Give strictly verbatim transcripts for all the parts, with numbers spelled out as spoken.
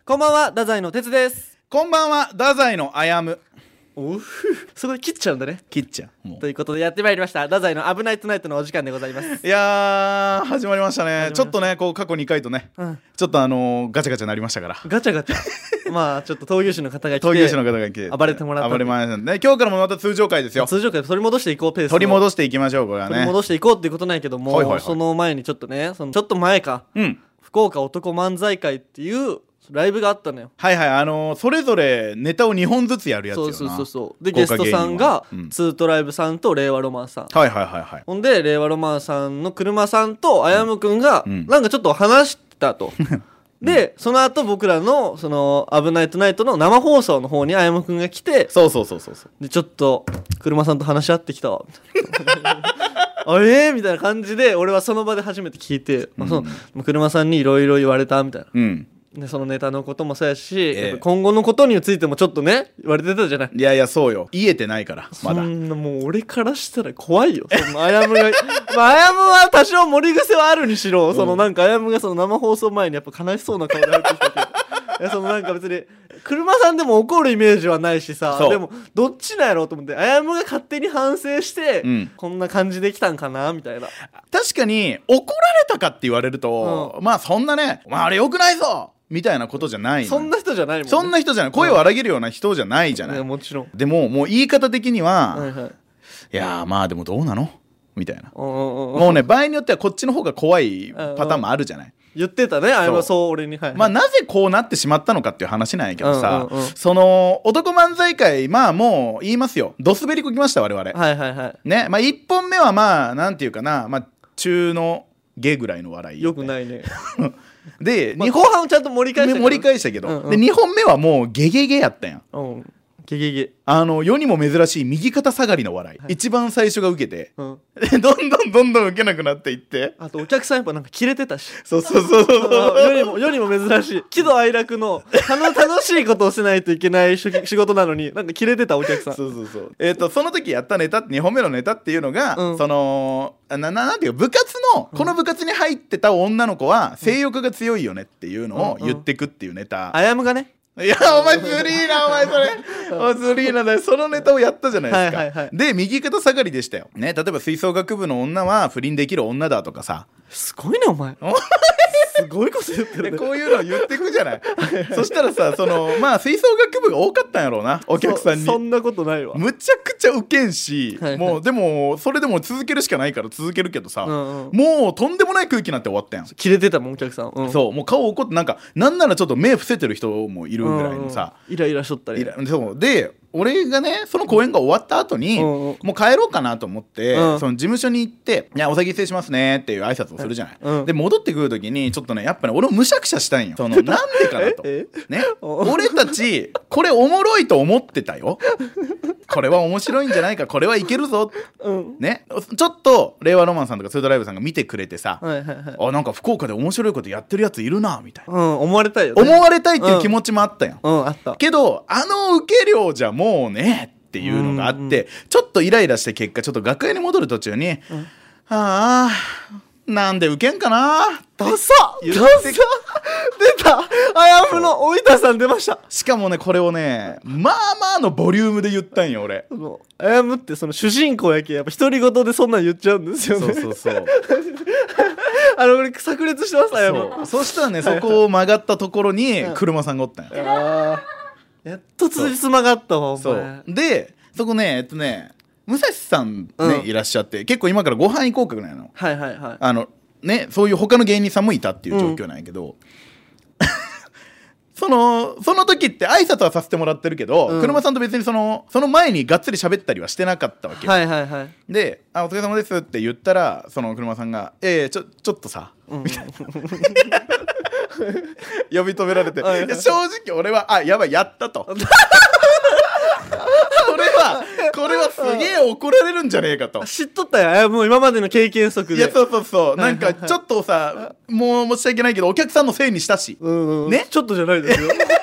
こんばんは、太宰の哲です。 こんばんは、太宰のあやむ。 おうそこで切っちゃうんだね。 切っちゃうもうということでやってまいりました、太宰の危ないトゥナイトのお時間でございます。 いやー始まりましたね。 始まりましたちょっとねこう過去にかいとね、うん、ちょっとあのー、ガチャガチャなりましたから。 ガチャガチャまあちょっと闘牛士の方が来て、 闘牛士の方が来て暴れてもらった。 暴れましたね。今日からもまた通常回ですよ。 通常回取り戻していこう。ペース取り戻していきましょう。これはね取り戻していこうっていうことないけども、 はいはいはい、 その前にちょっとね、そのちょっと前か、うん、福岡男漫才会っていうライブがあったのよ。 はいはい、あのー、それぞれネタをにほんずつやるやつよな。 そうそうそうそう。でゲストさんが、うん、ツートライブさんと令和ロマンさん。 はいはいはいはい。 ほんで令和ロマンさんの車さんとあやむくんが、うん、なんかちょっと話したと。で、その後僕らのその危ないトゥナイトの生放送の方にあやむくんが来て、 そうそうそうそうそう。 でちょっと車さんと話し合ってきたわみたいな。あれみたいな感じで俺はその場で初めて聞いて、うん、まあ、その車さんにいろいろ言われたみたいな。うん、でそのネタのこともそうやし、えー、今後のことについてもちょっとね言われてたじゃない。 いやいやそうよ、言えてないからまだ。 そんなもう俺からしたら怖いよ。そのあやむがまああやむは多少盛り癖はあるにしろ、うん、そのなんかあやむがその生放送前にやっぱ悲しそうな顔で入ってきたけどいやそのなんか別に車さんでも怒るイメージはないしさ、でもどっちなんやろうと思って、あやむが勝手に反省して、うん、こんな感じできたんかなみたいな。 確かに怒られたかって言われると、うん、まあそんなね、まあ、あれ良くないぞみたいなことじゃない。 そんな人じゃないもんね。 そんな人じゃない。声を荒げるような人じゃないじゃない。 いやもちろん。 でももう言い方的には、はいはい、いやまあでもどうなのみたいな。もうね場合によってはこっちの方が怖いパターンもあるじゃない。 言ってたね、あやむはそう俺に、はいはい、 まあなぜこうなってしまったのかっていう話なんやけどさ、うんうんうん、その男漫才界、まあもう言いますよ、ドスベリこきました我々。 はいはいはい。 ね、まあいっぽんめはまあなんていうかな、まあ中の下ぐらいの笑い。 よくないね。 で、 まあ、後半をちゃんと盛り返したけど、 盛り返したけど、うんうん、でにほんめはもうゲゲゲやったやん。うん、ゲゲゲ。あの世にも珍しい右肩下がりの笑い、はい、一番最初が受けて、うん、どんどんどんどん受けなくなっていって、 あとお客さんやっぱなんかキレてたし。 そうそうそうそう世にも世にも珍しい喜怒哀楽の楽しいことをしないといけない仕事なのになんかキレてたお客さん。 そうそうそう。えっ、ー、とその時やったネタにほんめのネタっていうのが、うん、そのなななんていう部活のこの部活に入ってた女の子は性欲が強いよねっていうのを言ってくっていうネタ。 あやむがね。 いやお前ずりーなお前それおずりーなだよ。そのネタをやったじゃないですか。はいはいはい、で右肩下がりでしたよね。例えば吹奏楽部の女は不倫できる女だとかさ。 すごいねお前すごいこと言ってるね。 こういうの言ってくじゃないそしたらさ、そのまあ吹奏楽部が多かったんやろうな、お客さんに。 そ, そんなことないわ。 むちゃくちゃウケんし、はいはい、もうでもそれでも続けるしかないから続けるけどさ、うんうん、もうとんでもない空気になって終わったやん。 キレてたもんお客さん、うん、 そうもう顔怒って、なんかなんならちょっと目伏せてる人もいるぐらいのさ、 うんうん、イライラしとったり。 そうで俺がねその公演が終わった後に、うんうん、もう帰ろうかなと思って、うん、その事務所に行って「いやお先失礼しますね」っていう挨拶をするじゃない、うん、で戻ってくる時にちょっとねやっぱね俺もむしゃくしゃしたんよ。そのなんでかなとね、俺たちこれおもろいと思ってたよこれは面白いんじゃないか、これはいけるぞ、うん、ね、ちょっと令和ロマンさんとかツートライブさんが見てくれてさ、はいはいはい、あなんか福岡で面白いことやってるやついるなみたいな、うん、 思われたいよね。 思われたいっていう気持ちもあったやん、 うんうん、あった。けどあの受け量じゃもうねっていうのがあって、うんうん、ちょっとイライラして結果ちょっと楽屋に戻る途中に、うん、ああなんで受けんかなダサダサ出たあやむのおいたさん出ました。 しかもねこれをねまあまあのボリュームで言ったんよ俺。 あやむってその主人公やけやっぱ独り言でそんなん言っちゃうんですよね。 そうそうそうあの俺炸裂してますあやむ。 そしたらねそこを曲がったところに車さんがおったんよ。 あやっとつじつまがあったわお前。 そうでそこねえっとね武蔵さんね、うん、いらっしゃって結構今からご飯行こうかぐらいの、 はいはいはい、 あのねそういう他の芸人さんもいたっていう状況なんやけど、うん、そのその時って挨拶はさせてもらってるけど、うん、車さんと別にそのその前にがっつり喋ったりはしてなかったわけよ。 はいはいはい。 であお疲れ様ですって言ったらその車さんがえー、ちょちょっとさ、うん、みたいな呼び止められて、はいはい、いや正直俺はあやばいやったとこれはこれはすげえ怒られるんじゃねえかと知っとったよもう今までの経験則で。 いやそうそうそうなんかちょっとさもう申し訳ないけどお客さんのせいにしたし、 うんうん、ねちょっとじゃないですよ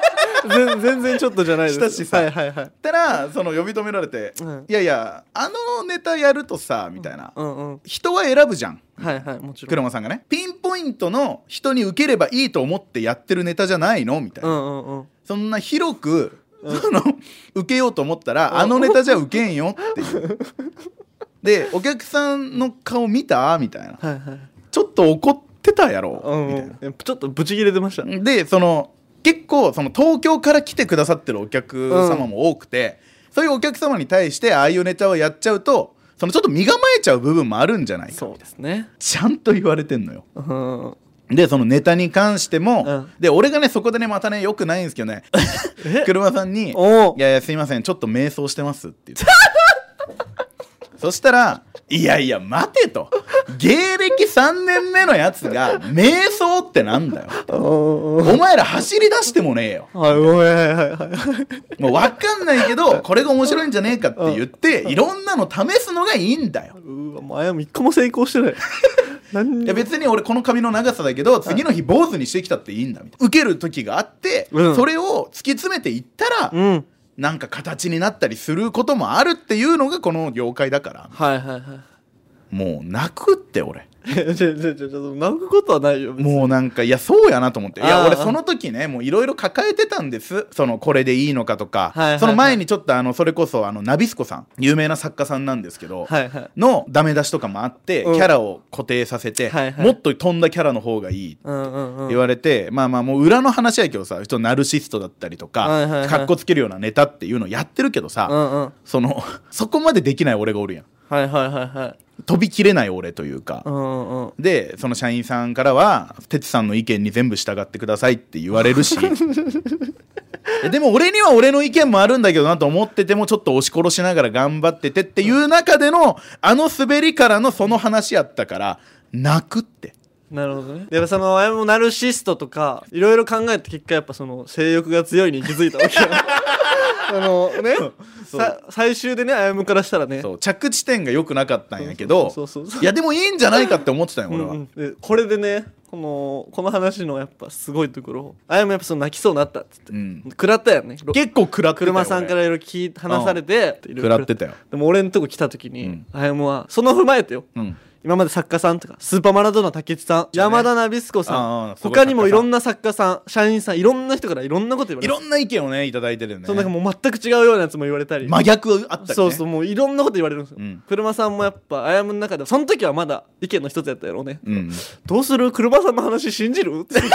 全全然ちょっとじゃないですしたしさ、 はいはいはい。 たらその呼び止められて、うん、いやいやあのネタやるとさみたいな、うんうん、人は選ぶじゃん、 はいはい、もちろん車さんがねピンポイントの人に受ければいいと思ってやってるネタじゃないのみたいな、うんうんうん、そんな広く、うん、その受けようと思ったら、うん、あのネタじゃ受けんよっていうでお客さんの顔見たみたいな、はいはい、ちょっと怒ってたやろ、うんうん、みたいな、 ちょっとブチ切れてました。 でその結構その東京から来てくださってるお客様も多くて、うん、そういうお客様に対してああいうネタをやっちゃうとそのちょっと身構えちゃう部分もあるんじゃないか。 そうですね、ちゃんと言われてんのよ、うん、でそのネタに関しても、うん、で俺がねそこでねまたねよくないんですけどね車さんに「いやいやすいませんちょっと迷走してます」って言ってそしたら「いやいや待て」と芸歴さんねんめのやつが瞑想ってなんだよお前ら走り出してもねえよはいはいはいはいもう分かんないけどこれが面白いんじゃねえかって言っていろんなの試すのがいいんだよ。 うわ前も一個も成功してないいや別に俺この髪の長さだけど次の日坊主にしてきたっていいんだみたいな受ける時があって、うん、それを突き詰めていったら、うん、なんか形になったりすることもあるっていうのがこの業界だから、はいはいはい、もう泣くって俺ちょちょちょちょ泣くことはないよもうなんかいやそうやなと思っていや俺その時ねもういろいろ抱えてたんですそのこれでいいのかとか、はいはいはい、その前にちょっとあのそれこそあのナビスコさん有名な作家さんなんですけど、はいはい、のダメ出しとかもあって、うん、キャラを固定させて、はいはい、もっと飛んだキャラの方がいいって言われて、うんうんうん、まあまあもう裏の話やけどさちょっとナルシストだったりとか、はいはいはい、かっこつけるようなネタっていうのをやってるけどさ、うんうん、そのそこまでできない俺がおるやん。 はいはいはいはい飛びきれない俺というか、うんうん、でその社員さんからは哲さんの意見に全部従ってくださいって言われるしでも俺には俺の意見もあるんだけどなと思っててもちょっと押し殺しながら頑張っててっていう中でのあの滑りからのその話やったから泣くって。 なるほどね。やっぱその親もナルシストとかいろいろ考えて結果やっぱその性欲が強いに気づいたわけよあのねさ最終でねあやむからしたらねそう着地点が良くなかったんやけどいやでもいいんじゃないかって思ってたよ俺は、うんうん、 でこれでねこのこの話のやっぱすごいところあやむやっぱその泣きそうになったっつって、うん、食らったよね結構食らってたよ車さんからいろいろ聞い話されて、 うん、食らってたよ。 でも俺んとこ来た時に、うん、あやむはその踏まえてよ、うん今まで作家さんとかスーパーマラドーナ竹内さん、ね、山田ナビスコさん他にもいろんな作家さん社員さんいろんな人からいろんなこと言われていろんな意見をねいただいてるよね。 そうなんかもう全く違うようなやつも言われたり真逆あったりねそうそうもういろんなこと言われるんですよ、うん、車さんもやっぱあやむの中でその時はまだ意見の一つやったやろうね、うん、どうする車さんの話信じるって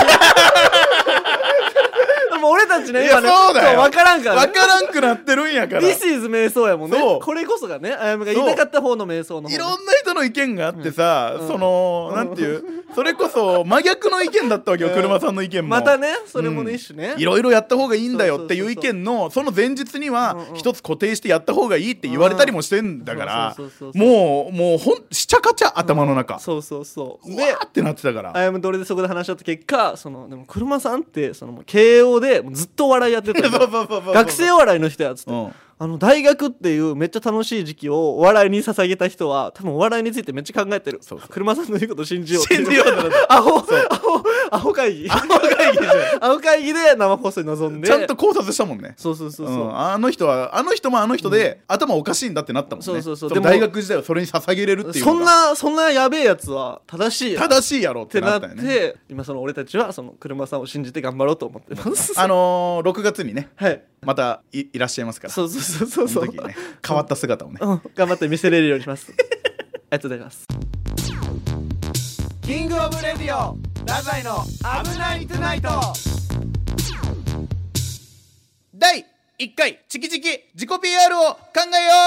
も俺たちね今ねそうだよ分からんから、 ね、分からんくなってるんやから This is 瞑想やもんね。これこそがねあやむが言いたかった方の瞑想の方、ね、 いろんな人の意見があってさ、うん、その、うん、なんていうそれこそ真逆の意見だったわけよ、うん、車さんの意見もまたねそれもね、うん、一種ねいろいろやった方がいいんだよっていう意見のその前日には一つ固定してやった方がいいって言われたりもしてんだからもうもうほんしちゃかちゃ頭の中、 うん、そうそうそううわーってなってたからあやむと俺でそこで話し合った結果そのでも車さんってその慶応でずっと笑いやってた学生お笑いの人やつって、うん、あの大学っていうめっちゃ楽しい時期をお笑いに捧げた人は多分お笑いについてめっちゃ考えてる。そうそう車さんの言うこと信じよう信じようってアホアホアホ会議アホ会議アホ会議で生放送に臨んでちゃんと考察したもんね。 そうそうそうそう、うん、 あの人はあの人もあの人で、うん、頭おかしいんだってなったもんね。そうそうそうでも大学時代はそれに捧げれるっていうのがそんなそんなやべえやつは正しい正しいやろってなったよね。 って今その俺たちはその車さんを信じて頑張ろうと思ってますあのー、ろくがつにね、はい、また い, いらっしゃいますからそうそうそうそうその時ね変わった姿をね、 うん、頑張って見せれるようにしますありがとうございます。 キングオブレディオ太宰の危ないトゥナイトだいいっかいチキチキ自己 ピーアール を考えよ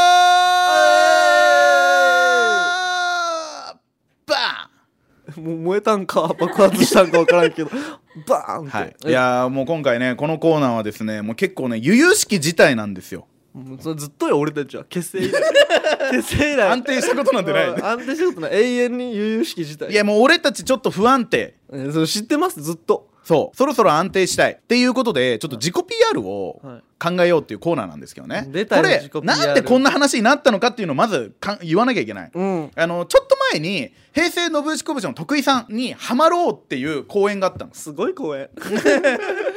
うバーンもう燃えたんか爆発したんか分からんけどバーンって、 はい、いやもう今回ねこのコーナーはですねもう結構ね由々しき事態なんですよ。 もうそれずっとよ俺たちは結成以来結成以来安定したことなんてない、ね、 安定したことない永遠に由々しき事態。 いやもう俺たちちょっと不安定、 えそれ知ってますずっと。 そうそろそろ安定したいっていうことでちょっと自己 ピーアール を考えようっていうコーナーなんですけどね、はい、これなんでこんな話になったのかっていうのをまずか言わなきゃいけない、うん、あのちょっと前に平成のぶしこぶしの徳井さんにハマろうっていう公演があったの。 すごい公演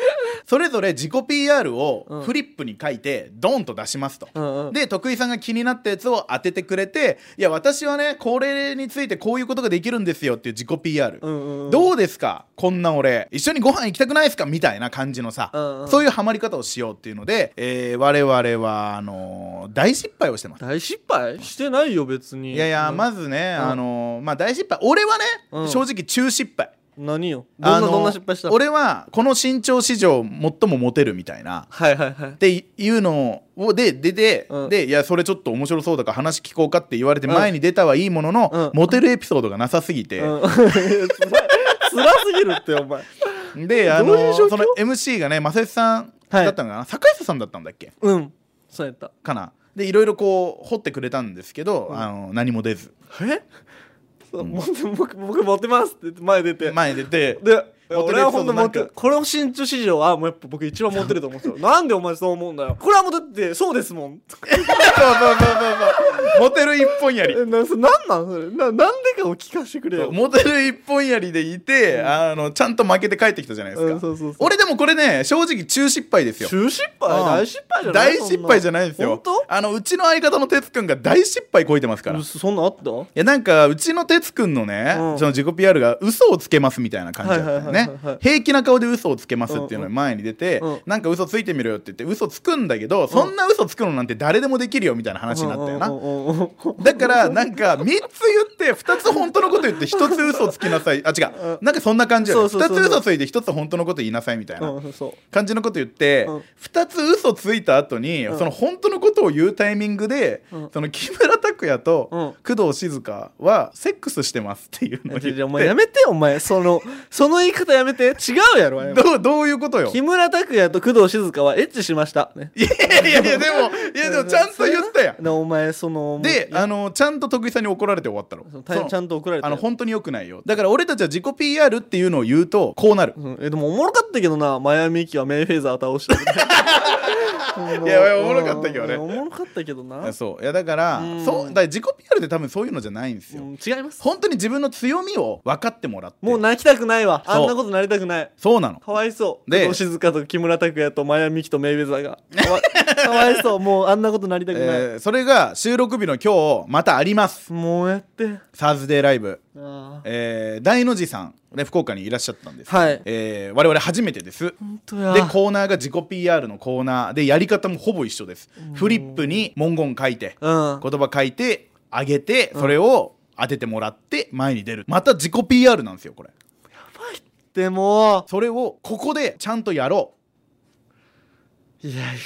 それぞれ自己 ピーアール をフリップに書いてドンと出しますと、うんうん、で徳井さんが気になったやつを当ててくれて、いや私はねこれについてこういうことができるんですよっていう自己 ピーアール、うんうんうん、どうですかこんな俺一緒にご飯行きたくないですかみたいな感じのさ、うんうん、そういうハマり方をしようっていうので、えー、我々はあのー、大失敗をしてます。 大失敗してないよ別に。 いやいや、うん、まずね、うん、あのー、まあ大失敗、俺はね、うん、正直中失敗。 何よ、どんなどんな失敗した？ 俺はこの身長史上最もモテるみたいな、 はいはいはい、 っていうのをで出て、うん、でいやそれちょっと面白そうだから話聞こうかって言われて前に出たはいいものの、うん、モテるエピソードがなさすぎて、うん、辛すぎるってお前であのー、その エムシー がね正義さんだったのかな、はい、坂下さんだったんだっけ、 うんそうやったかな。でいろいろこう掘ってくれたんですけど、うん、あの何も出ず。 えうん、僕, 僕持ってますって言って前出て前出てで俺はほんと持ってる。これを身長史上はもうやっぱ僕一番持ってると思うんですよなんでお前そう思うんだよ。これはもうだってそうですもんそうそうそうそうモテる一本槍えなそなんなんそれ な, なんでかを聞かせてくれよ。 モテる一本槍でいて、うん、あのちゃんと負けて帰ってきたじゃないですか、うん、そうそうそう俺でもこれね正直中失敗ですよ。 中失敗、うん、大失敗じゃない大失敗じゃないですよ。 本当あのうちの相方の哲くんが大失敗こいてますから。 そんなあった？いやなんかうちの哲くんのね、うん、その自己 ピーアール が嘘をつけますみたいな感じだったよね、はいはいはいはい、平気な顔で嘘をつけますっていうのが前に出て、うんうん、なんか嘘ついてみろよって言って嘘つくんだけど、うん、そんな嘘つくのなんて誰でもできるよみたいな話になったよな、うんうんうん、だからなんかみっつ言ってふたつ本当のこと言ってひとつ嘘つきなさいあ違うなんかそんな感じよね。ふたつ嘘ついてひとつ本当のこと言いなさいみたいな感じのこと言って、うん、ふたつ嘘ついた後に、うん、その本当のことを言うタイミングで、うん、その木村拓哉と工藤静香はセックスしてますっていうのを言って、 お前やめてお前そのその言い方やめて。違うやろどう、どういうことよ。 木村拓哉と工藤静香はエッチしました、ね、 いやいやいやでもいやでもちゃんと言ったやんお前そのであのちゃんと徳井さんに怒られて終わったの。 ちゃんと怒られてあの本当に良くないよ。だから俺たちは自己 ピーアール っていうのを言うとこうなる、 うん、えでもおもろかったけどなマヤミキはメイフェザー倒していやおもろかったけどね。 おもろかったけどな。 そういやだからそうだから自己 ピーアール って多分そういうのじゃないんですよ、うん、 違います。 本当に自分の強みを分かってもらって。 もう泣きたくないわ。あんなことなりたくない。 そうなの。 かわいそうで工藤静香と木村拓哉とマヤミキとメイウェザーがか わ, かわいそう。もうあんなことなりたくない、えー、それが収録日の今日またあります。 もうやってサーズデーライブ、あ、えー、大の字さんで福岡にいらっしゃったんです、 はい、 えー、我々初めてです。 本当や。 でコーナーが自己 ピーアール のコーナーでやり方もほぼ一緒です。フリップに文言書いて、うん、言葉書いてあげてそれを当ててもらって前に出る。また自己 ピーアール なんですよこれ。 やばいってもうそれをここでちゃんとやろう。いやいやいや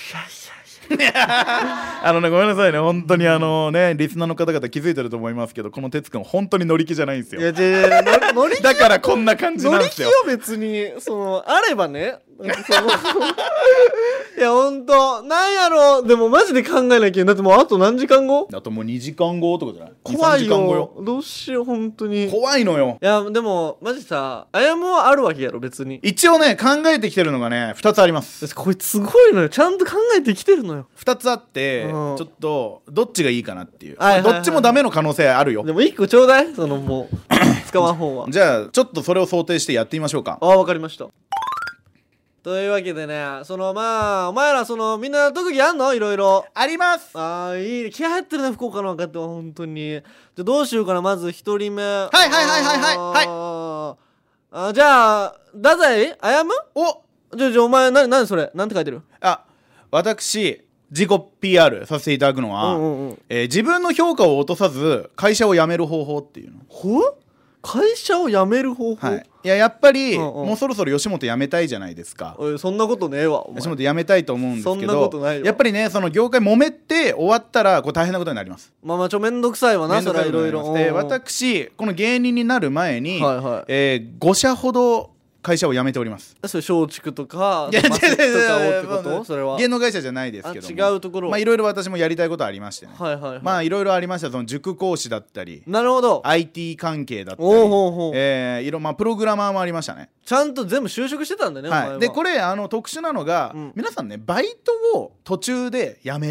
あのねごめんなさいね本当にあのねリスナーの方々気づいてると思いますけどこの哲くん本当に乗り気じゃないんですよ。いやいやいや乗り気だからこんな感じなんですよ。 乗り気よ別にそのあればねそのいやほんとなんやろ。でもマジで考えなきゃいけない。だってもうあと何時間後あともうにじかんごとかじゃない。 怖い よ, よどうしよう本当に怖いのよ。 いやでもマジさあやむはあるわけやろ別に。 一応ね考えてきてるのがねふたつあります。 こいつすごいのよちゃんと考えてきてるのよ。 ふたつあって、うん、ちょっとどっちがいいかなっていう、はいはいはい、どっちもダメの可能性あるよ。 でもいっこちょうだいそのもう使わん方は。 じゃあちょっとそれを想定してやってみましょうか。 あわかりました。というわけでねそのまあお前らそのみんな特技あんの？いろいろあります。 ああいい気合入ってるね福岡の若手は本当に。じゃあどうしようかな。まず一人目はいはいはいはいはいはい。あじゃあ太宰あやむおじゃあじゃあお前な何それなんて書いてる？ あ私自己 ピーアール させていただくのは、うんうんうんえー、自分の評価を落とさず会社を辞める方法っていうの。 ほ会社を辞める方法、 はい、いややっぱり、うんうん、もうそろそろ吉本辞めたいじゃないですか。 おいそんなことねえわお前。 吉本辞めたいと思うんですけどそんなことないよ。 やっぱりねその業界揉めて終わったらこう大変なことになります。 まあまあちょめんどくさいわなそれはいろいろ。 で私この芸人になる前に、はいはいえー、ご社ほど会社を辞めております。 それ松竹とかいやマセとかをってこと？それは芸能会社じゃないですけども違うところ。 まあいろいろ私もやりたいことありましてね、 はいはいはい、 まあいろいろありました。その塾講師だったりなるほどアイティー 関係だったりおうほうほう、 えー、いろまあプログラマーもありましたね。 ちゃんと全部就職してたんだね、 はい、 お前は。 でこれあの特殊なのが、うん、皆さんねバイトを途中で辞めるとか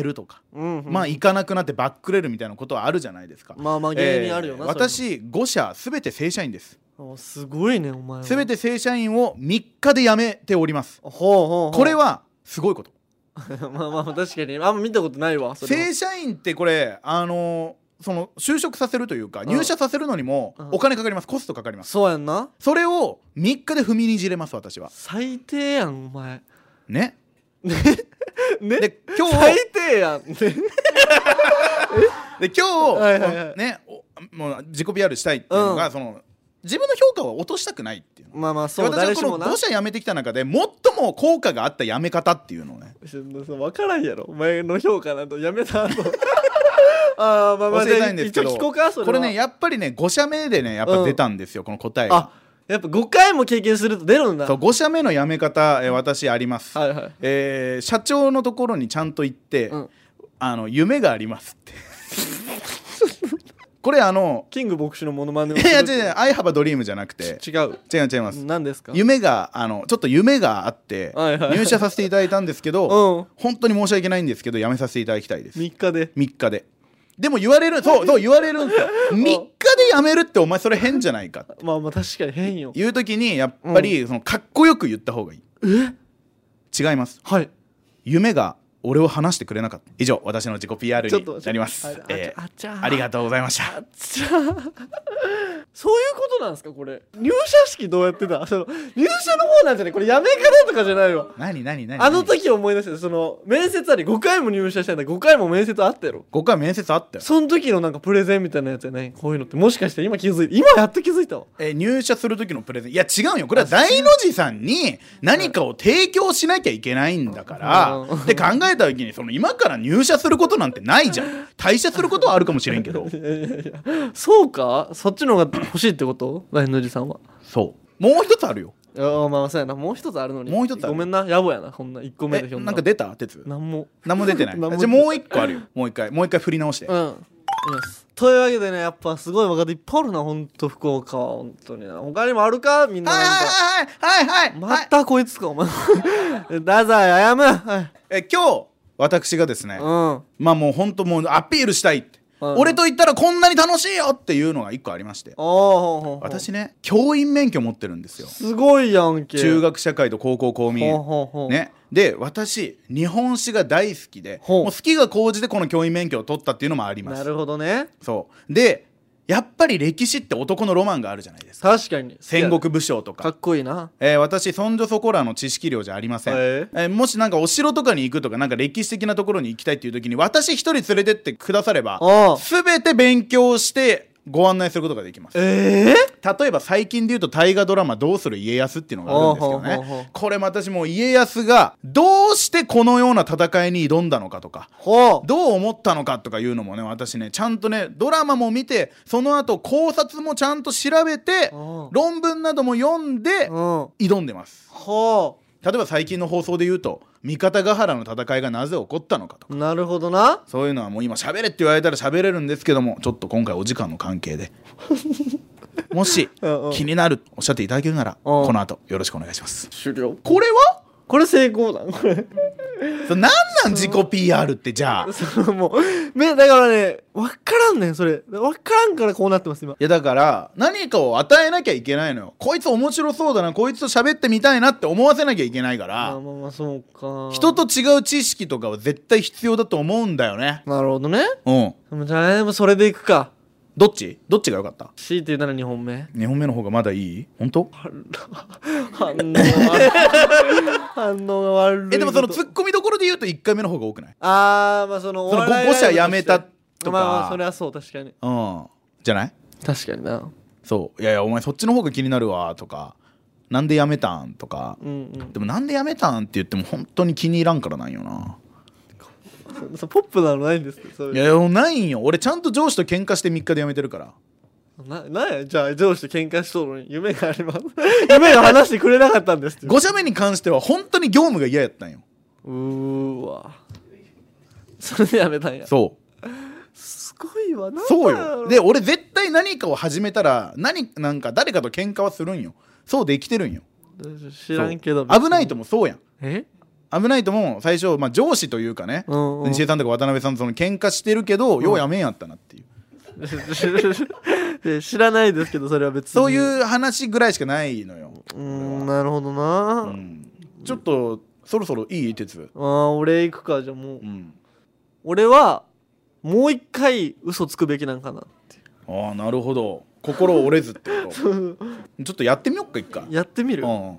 うんうん、 まあ行かなくなってバックレるみたいなことはあるじゃないですか。 まあまあ芸人あるよな、 えー、私ご社すべて正社員です。 すごいねお前は。 すべて正社員をみっかで辞めております。 ほうほうほう。 これはすごいことまあまあ確かにあんま見たことないわ。それ正社員ってこれあのー、その就職させるというか入社させるのにもお金かかります、コストかかります。 そうやんな。 それをみっかで踏みにじれます私は。 最低やんお前ねねで今日最低やんで今日、 はいはいはい、 ねもう自己 ピーアール したいっていうのが、うん、その自分の評価を落としたくないっていう。 まあまあそう。 私はこのご社辞めてきた中で最も効果があった辞め方っていうのをね分からんやろお前の評価なんと辞めた後ああまあまあ教えたいんですけど、 一応聞こうか。それはこれねやっぱりねご社目でねやっぱ出たんですよ、うん、この答えが。 あやっぱごかいも経験すると出るんだ。 そうご社目の辞め方、えー、私あります、 はいはい、 えー、社長のところにちゃんと行って、うん、あの夢がありますってこれあのキング牧師のモノマネをする。 いや違う違う、アイハバドリームじゃなくて違う違う違います。 何ですか。 夢があのちょっと夢があって、はいはいはい、入社させていただいたんですけど、うん、本当に申し訳ないんですけど辞めさせていただきたいです。 みっかでみっかででも言われるそうそう言われるんですよみっかで辞めるってお前それ変じゃないかってまあまあ確かに変よ。 言う時にやっぱり、うん、そのかっこよく言った方がいい。 え違います。 はい夢が俺を話してくれなかった。以上私の自己 ピーアール になります。 あ, えー、あ, ちゃありがとうございました。あちゃそういうことなんですか。これ入社式どうやってた。その入社の方なんじゃないこれ。やめ方とかじゃないわ。 何何何あの時思い出して、その面接ありごかいも入社したんだ。ごかいも面接あったやろ。 ごかい面接あったよ。 その時のなんかプレゼンみたいなやつやね。こういうのってもしかして今気づいて今やっと気づいたわ。 えー、入社する時のプレゼンいや違うよ。これは大の字さんに何かを提供しなきゃいけないんだからって考えた時にその今から入社することなんてないじゃん。退社することはあるかもしれんけどいやいやいやそうか。そっちの方が欲しいってこと。大の字さんは。 そうもう一つあるよ。 あまあそうやな。もう一つあるのにもう一つある。 ごめんな野暮やな。こんないっこめでひょんな。 なんか出た鉄なんもなんも出てないじゃあもう一個あるよ。もう一回もう一回振り直して。 うん。というわけでねやっぱすごい若手いっぱいあるなほんと福岡はほんとにな。他にもあるかみんな。 はいはいはいはいはいまたこいつかお前太宰あやむ、はい、 え今日私がですね、うん、まあもうほんともうアピールしたいって、うん、俺と言ったらこんなに楽しいよっていうのが一個ありまして、私ね教員免許持ってるんですよ。 すごいやんけ。 中学社会と高校公民ね。で私日本史が大好きでもう好きが高じてこの教員免許を取ったっていうのもあります。 なるほどね。 そうでやっぱり歴史って男のロマンがあるじゃないですか。 確かに戦国武将とかかっこいいな、 えー、私そんじょそこらの知識量じゃありません、えーえー、もしなんかお城とかに行くとかなんか歴史的なところに行きたいっていう時に私一人連れてってくだされば全て勉強してご案内することができます。 えー、例えば最近で言うと大河ドラマどうする家康っていうのがあるんですけどね。これ私もう家康がどうしてこのような戦いに挑んだのかとかどう思ったのかとかいうのもね私ねちゃんとねドラマも見てその後考察もちゃんと調べて論文なども読んで挑んでます。例えば最近の放送で言うと三方ヶ原の戦いがなぜ起こったのかとか。 なるほどな。 そういうのはもう今喋れって言われたら喋れるんですけどもちょっと今回お時間の関係でもし気になるおっしゃっていただけるならこの後よろしくお願いします。 終了。 これはこれ成功だこれそなんなん自己 ピーアール ってじゃあそもうめだからね分からんねんそれ分からんからこうなってます今。 いやだから何かを与えなきゃいけないのよ。こいつ面白そうだなこいつと喋ってみたいなって思わせなきゃいけないから、 まあまあまあそうか人と違う知識とかは絶対必要だと思うんだよね。 なるほどね。 うんじゃあでもそれでいくか。 どっちどっちが良かった。 強いて言うならにほんめにほんめの方がまだいい。本当反応が反応が悪い。 えでもそのツッコミどころで言うといっかいめの方が多くない。 あーまあそのそのご社辞めたとかまあまあそれはそう確かにうんじゃない。 確かにな。 そういやいやお前そっちの方が気になるわとかなんで辞めたんとか、うんうん、でもなんで辞めたんって言っても本当に気に入らんからなんよな。 そポップなのないんですか。そういういやないんよ。俺ちゃんと上司と喧嘩してみっかで辞めてるから。 ななんやじゃあ上司と喧嘩しとるのに夢があります夢が話してくれなかったんですってご社目に関しては本当に業務が嫌やったんよ。 うーわそれで辞めたんや。 そうすごいわな。 そうよ。で俺絶対何かを始めたら何なんか誰かと喧嘩はするんよ。そうで生きてるんよ。 知らんけど危ないともそうやん。 え危ないとも最初、まあ、上司というかね、 うんうん、 西江さんとか渡辺さんとその喧嘩してるけど、うん、ようやめんやったなっていう知らないですけどそれは別にそういう話ぐらいしかないのよ。 うーんなるほどな、 うん、ちょっとそろそろいい鉄ああ俺行くかじゃあもう、うん、俺はもう一回嘘つくべきなんかなって。 ああなるほど心折れずってことちょっとやってみよっか一回やってみる、うん、 い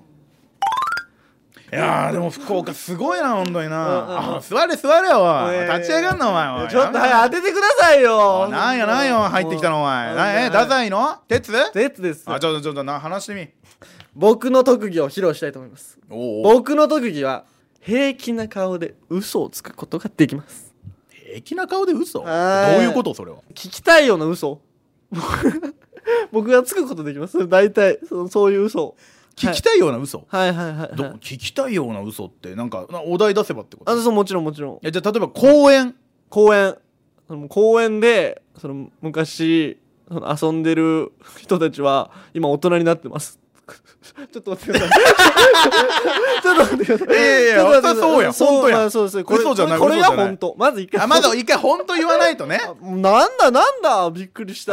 やーでも福岡すごいな本当になあ座れ座れよおい、えー、立ち上がんなお前おいちょっと早く当ててくださいよ。 なんやなんや入ってきたのお前なえ太宰の鉄鉄ですあちょっとちょっとな話してみ。 僕の特技を披露したいと思います。おお僕の特技は平気な顔で嘘をつくことができます。 平気な顔で嘘どういうことそれは。 聞きたいような嘘僕がつくことできます。大体そそういう嘘聞きたいような嘘、 はい、はいはいはい、はい、 ど聞きたいような嘘ってなんかお題出せばってこと。 あそうもちろんもちろん。 えじゃあ例えば公園公園公園でその昔その遊んでる人たちは今大人になってますちょっと待ってくださいちょっと待ってください。いやいやいやそうや本当や、まあ、そうですねこれ嘘じゃないこれが本当。まず一回あまず一回本当言わないとねなんだなんだびっくりした。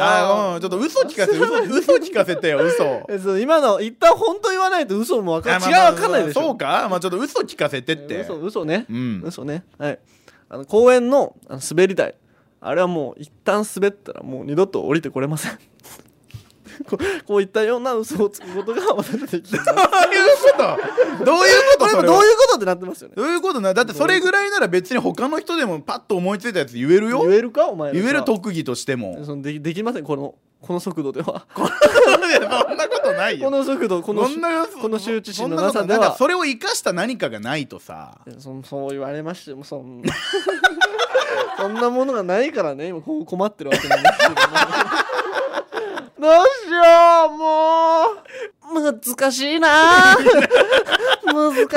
あ、うん、ちょっと嘘聞かせ嘘嘘聞かせてよ嘘そう今の一旦本当言わないと嘘も分かん違う分かんないでしょ。 そうかまあちょっと嘘聞かせてって嘘嘘ね、うん、嘘ね。はいあの公園のあの滑り台あれはもう一旦滑ったらもう二度と降りてこれませんこ, こういったような嘘をつくことが私できる。どういうことどういうことそれはどういうことってなってますよね。 どういうことなだってそれぐらいなら別に他の人でもパッと思いついたやつ言えるよ。 言えるかお前言える特技としてもその で, できませんこのこの速度ではこのそんなことないよこの速度このこの羞恥心のなさではなんかそれを生かした何かがないとさそ, そう言われましてもそんなそんなものがないからね今困ってるわけなんですけど、ねどうしようもう難しいな難しい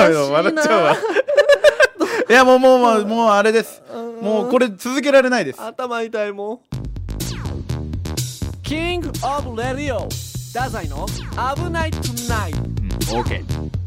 ないやもうもうもうもうあれですもうこれ続けられないです。 頭痛いもうキングオブレディオ太宰の危ないトゥナイト。 OK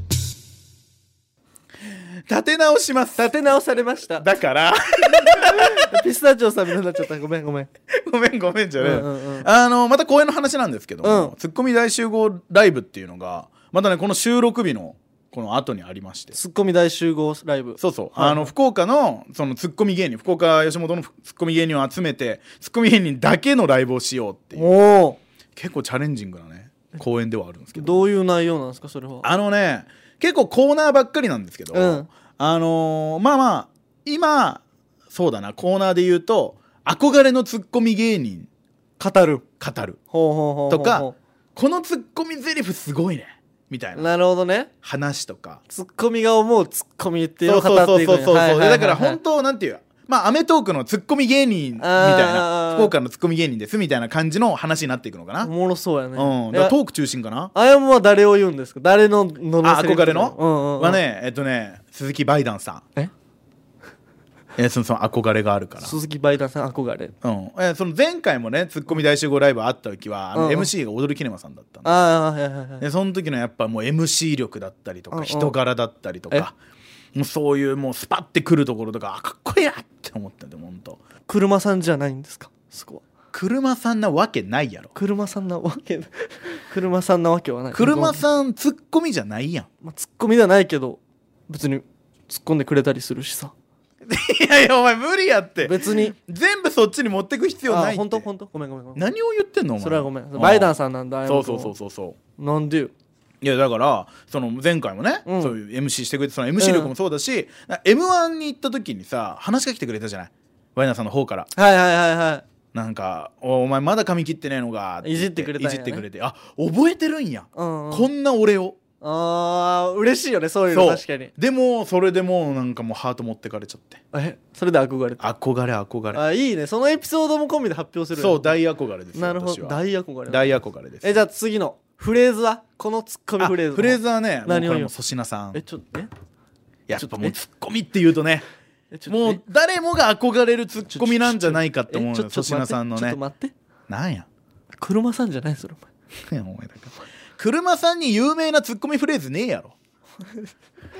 立て直します。 立て直されました。 だからピスタチオさんみたいになっちゃった。ごめんごめんごめんごめんじゃね、うんうんうん、あのまた公演の話なんですけども、うん、ツッコミ大集合ライブっていうのがまたねこの収録日のこの後にありまして、 ツッコミ大集合ライブそうそう、はい、あの福岡のそのツッコミ芸人福岡吉本のツッコミ芸人を集めてツッコミ芸人だけのライブをしようっていうお結構チャレンジングなね公演ではあるんですけど。 どういう内容なんですかそれは。 あのね結構コーナーばっかりなんですけど、うん、あのー、まあまあ今そうだなコーナーで言うと憧れのツッコミ芸人語る語るほうほうほうほうとかこのツッコミゼリフすごいねみたいななるほどね話とかツッコミが思うツッコミっていうのを語っていくんや。 そうそうそうそう、はいはいはいはい、だから本当なんていうまあアメトークのツッコミ芸人みたいな福岡のツッコミ芸人ですみたいな感じの話になっていくのかな。 おもろそうやね、 うん、だからトーク中心かな。 あやむは誰を言うんですか。誰のののあ憧れの、 うんうんうん、 はねえっとね鈴木バイダンさんええそのその憧れがあるから鈴木バイダンさん憧れ、 うんえその前回もねツッコミ大集合ライブあった時はあの、うんうん、エムシー が踊るキネマさんだったんで、 あ、はいはいはい、 でその時のやっぱもう エムシー 力だったりとか、うんうん、人柄だったりとかもうそういうもうスパッてくるところとかあかっこいいなって思ったんで本当。 車さんじゃないんですかそこは。 車さんなわけないやろ。 車さんなわけ車さんなわけはない。 車さんツッコミじゃないやん、 まあ、ツッコミではないけど別に突っ込んでくれたりするしさいやいやお前無理やって別に全部そっちに持ってく必要ないって。 本当本当ごめんごめんごめん何を言ってんのお前。 それはごめんバイダンさんなんだ。 そうそうそうそうそうなんでよ。 いやだからその前回もね、うん、そういう エムシー してくれてその エムシー 力もそうだし、うん、エムワン に行った時にさ話しかけてくれたじゃないバイダンさんの方から。 はいはいはいはい。 なんか お, お前まだ髪切ってねえのかっていじってくれたんや、ね、 いじってくれてあ覚えてるんや、うんうん、こんな俺を。 あー嬉しいよねそういうの。確かに。 でもそれでもうなんかもうハート持ってかれちゃって。 えそれで憧れて憧れ憧れ。 あいいねそのエピソードも込みで発表する。 そう大憧れです。 なるほど大憧れ大憧れです。 えじゃあ次のフレーズはこのツッコミフレーズ。 フレーズはね何を言う。 粗品さん。 えちょっとねやっぱもうツッコミって言うとねもう誰もが憧れるツッコミなんじゃないかって思うよ粗品さんのね。 ちょっと待ってなんや車さんじゃないそれお前お前だから車さんに有名なツッコミフレーズねえやろ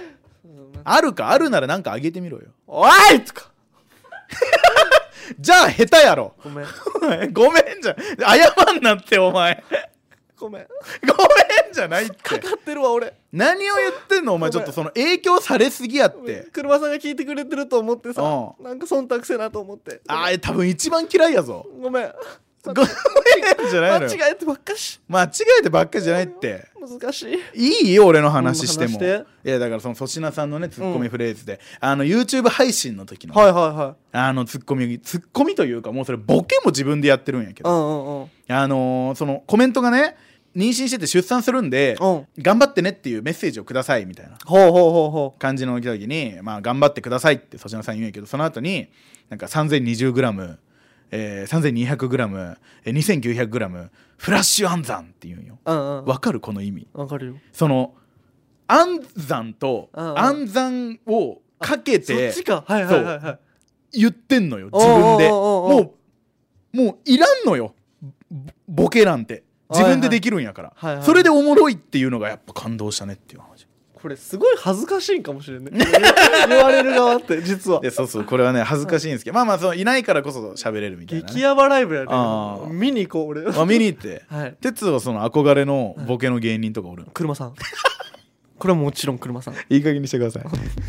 あるか、あるならなんかあげてみろよ。 おいとかじゃあ下手やろ。 ごめんごめんじゃ謝んなってお前ごめんごめんじゃないって。 かかってるわ俺。 何を言ってんのお前。ちょっとその影響されすぎやって。 車さんが聞いてくれてると思ってさ、 うん、 なんか忖度せなと思って。 ああ多分一番嫌いやぞ。 ごめんごめんじゃないのよ。 間違えてばっかし間違えてばっかじゃないって。 難しい。 いいよ俺の話しても、 うん、話して。 いやだからその粗品さんのねツッコミフレーズで、うん、あの YouTube 配信の時の、 はいはいはい、 あのツッコミツッコミというかもうそれボケも自分でやってるんやけど、 うんうんうん、 あのー、そのコメントがね、妊娠してて出産するんで、うん、頑張ってねっていうメッセージをくださいみたいなほうほうほうほう感じの時に、まあ頑張ってくださいって粗品さん言うんやけど、その後になんか さんぜんにじゅうグラム、えー、さんぜんにひゃくグラム、にせんきゅうひゃくグラム フラッシュ暗算って言うんよ。わ、うんうん、かるこの意味。 わかるよ。 その暗算と暗算をかけて、 そっちか、はいはいはいはい、 言ってんのよ自分で。もうもういらんのよボケなんて、自分でできるんやから、はいはい、それでおもろいっていうのがやっぱ感動したねっていう話。 これすごい恥ずかしいんかもしれんね言われる側って実は。 いやそうそう、これはね恥ずかしいんですけど、まあまあそのいないからこそ喋れるみたいな、ね、 激ヤバライブやね。見に行こう俺。 あ見に行って、はい、鉄はその憧れのボケの芸人とかおるの？ 車さんこれはもちろん車さん。 いい加減にしてください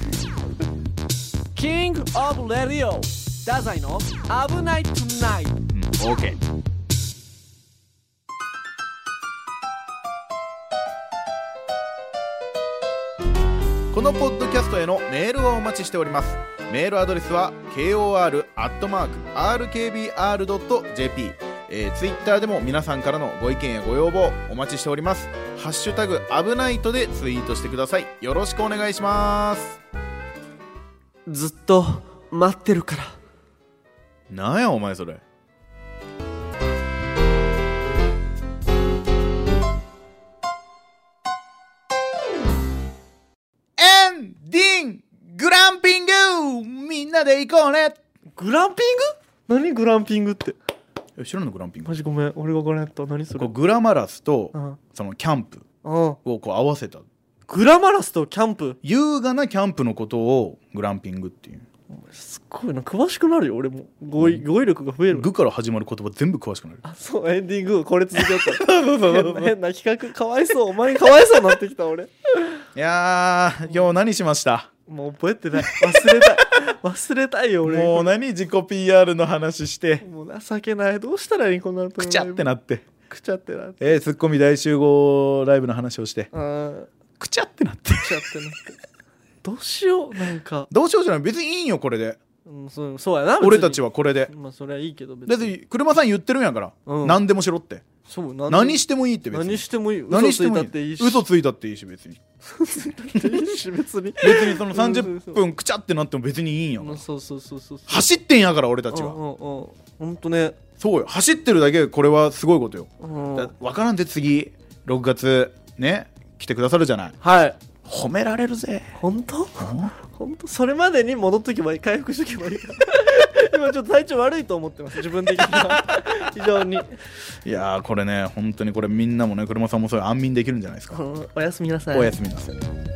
キングオブレディオ太宰の危ないトゥナイト。 うん、オーケー。このポッドキャストへのメールをお待ちしております。メールアドレスは ケーオーアール アットマーク アールケービーアール ドット ジェーピー、えー、ツイッターでも皆さんからのご意見やご要望お待ちしております。ハッシュタグ危ないとでツイートしてください。よろしくお願いします。 ずっと待ってるから。 なんやお前それ。グランピングみんなで行こうね。 グランピング？何グランピングって。 知らんのグランピング。 マジごめん俺がごめんと。何それ。 こうグラマラスとそのキャンプをこう合わせた。 グラマラスとキャンプ、 優雅なキャンプのことをグランピングっていう。 すっごいな、詳しくなるよ俺も。語彙、語彙力が増える。 グから始まる言葉全部詳しくなる。 あ、そうエンディングこれ続けよったらそうそうそうそう変な企画かわいそう。お前にかわいそうになってきた俺。いやー今日何しました？ もう覚えてない。忘れたい忘れたいよ俺。 もう何自己 ピーアール の話して。 もう情けない。どうしたらいいこの後。 くちゃってなってくちゃってなってえー、ツッコミ大集合ライブの話をして、 あくちゃってなってくちゃってなってどうしよう。なんかどうしようじゃない。別にいいよこれで、 うん、そう、そうやな。 俺たちはこれで。 まあそれはいいけど別に。だって車さん言ってるんやから、うん、何でもしろって。 そう何してもいいって別に。 何してもいい。 何してもいい。 嘘ついたっていいし。 嘘ついたっていいし別に。 嘘ついたっていいし別に。 別にそのさんじゅっぷんくちゃってなっても別にいいんやから。 そうそうそうそう。 走ってんやから俺たちは。 うんうんうん。ほんとね。 そうよ。走ってるだけこれはすごいことよ。 うん、 だわからんで次ろくがつね来てくださるじゃない。 はい。 褒められるぜ。 本当？本当？それまでに戻っとけばいい。回復しとけばいいから。今ちょっと体調悪いと思ってます自分的には非常に。 いやーこれね本当にこれみんなもね車さんもそういう安眠できるんじゃないですか、 うん、おやすみなさい。 おやすみなさい。